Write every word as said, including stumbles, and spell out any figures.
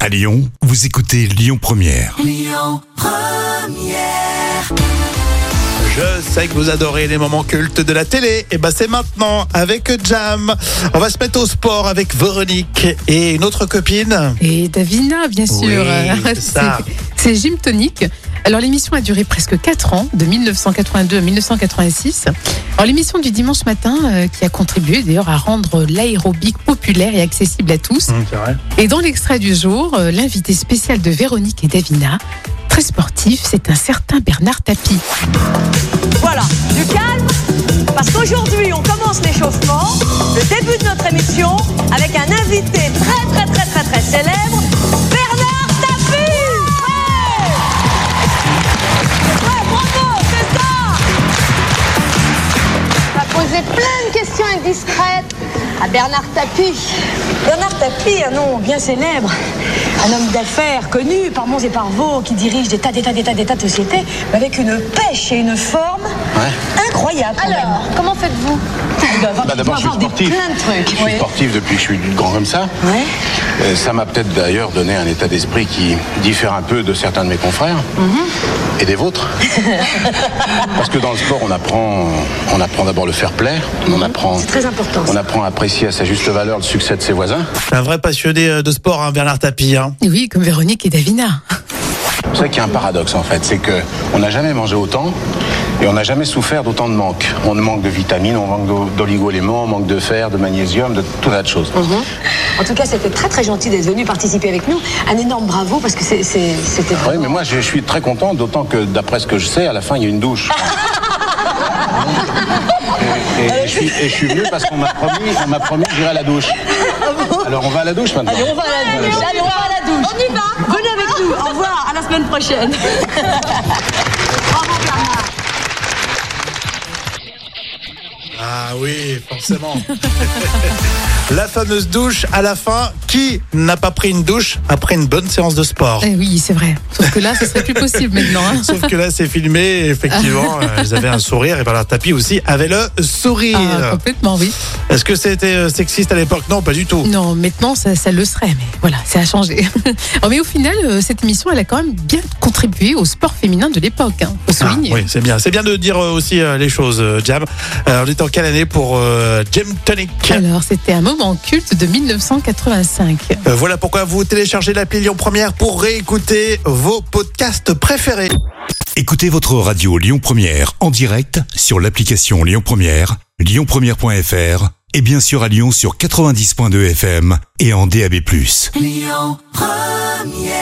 À Lyon, vous écoutez Lyon Première. Lyon Première. Je sais que vous adorez les moments cultes de la télé. Et ben c'est maintenant avec Jam. On va se mettre au sport avec Véronique et une autre copine. Et Davina, bien sûr. Oui, c'est ça. C'est Gym Tonic. Alors l'émission a duré presque quatre ans, de dix-neuf cent quatre-vingt-deux à dix-neuf cent quatre-vingt-six. Alors l'émission du dimanche matin euh, qui a contribué d'ailleurs à rendre l'aérobic populaire et accessible à tous. Mmh, c'est vrai. Et dans l'extrait du jour, euh, l'invité spécial de Véronique et Davina, très sportif, c'est un certain Bernard Tapie. Voilà, du calme, parce qu'aujourd'hui on commence l'échauffement, le début de notre émission, avec un invité très très très très très célèbre, Bernard Tapie. Ouais, ouais, bravo, c'est ça. On va poser plein de questions indiscrètes à Bernard Tapie. Bernard Tapie, un nom bien célèbre, un homme d'affaires connu par monts et par vaux, qui dirige des tas, des tas, des tas, des tas de sociétés, mais avec une pêche et une forme Ouais. incroyables. quand même. Alors, comment faites-vous? Il doit avoir- Bah, il d'abord, doit je suis avoir des- sportif. plein de trucs. Je suis Oui. sportif depuis que je suis grand comme ça. Ouais. Euh, ça m'a peut-être d'ailleurs donné un état d'esprit qui diffère un peu de certains de mes confrères et des vôtres. Parce que dans le sport, on apprend, on apprend d'abord le fair play. On apprend, C'est très important, ça. on apprend à apprécier à sa juste valeur le succès de ses voisins. C'est un vrai passionné de sport, hein, Bernard Tapie. Hein. Et oui, comme Véronique et Davina. C'est vrai qu'il y a un paradoxe en fait, c'est que on n'a jamais mangé autant et on n'a jamais souffert d'autant de manque. On manque de vitamines, on manque d'o- d'oligo-éléments, on manque de fer, de magnésium, de tout un tas de choses. En tout cas, c'était très très gentil d'être venu participer avec nous. Un énorme bravo parce que c'est- c'est- c'était Oui, vraiment... mais moi je, je suis très content, d'autant que d'après ce que je sais, à la fin il y a une douche. Et, et- et je suis, et je suis venu parce qu'on m'a promis, on m'a promis que j'irai à la douche. Alors on va à la douche maintenant. Allez, on va à la douche. Allez, on va à la douche. On y va. Venez avec nous. Au revoir. À la semaine prochaine. Bravo, Bernard. Ah oui, forcément. La fameuse douche à la fin. Qui n'a pas pris une douche après une bonne séance de sport? Eh oui, c'est vrai. Sauf que là, ce serait plus possible maintenant. hein. Sauf que là, c'est filmé. Et effectivement, euh, ils avaient un sourire. Et Bernard Tapie aussi avait le sourire. Ah, complètement, oui. Est-ce que c'était euh, sexiste à l'époque? Non, pas du tout. Non, maintenant, ça, ça le serait, mais voilà, ça a changé. Oh, mais au final, euh, cette émission, elle a quand même bien contribué au sport féminin de l'époque. Hein, faut Ah, souligner. oui, c'est bien. C'est bien de dire euh, aussi euh, les choses, euh, Jam. Alors, on est en quelle année pour euh, Gym Tonic? Alors, c'était un moment culte de dix-neuf cent quatre-vingt-cinq. Euh, voilà pourquoi vous téléchargez l'appli Lyon Première pour réécouter vos podcasts préférés. Écoutez votre radio Lyon Première en direct sur l'application Lyon Première, lyon première point f r et bien sûr à Lyon sur quatre-vingt-dix point deux F M et en D A B plus. Lyon Première.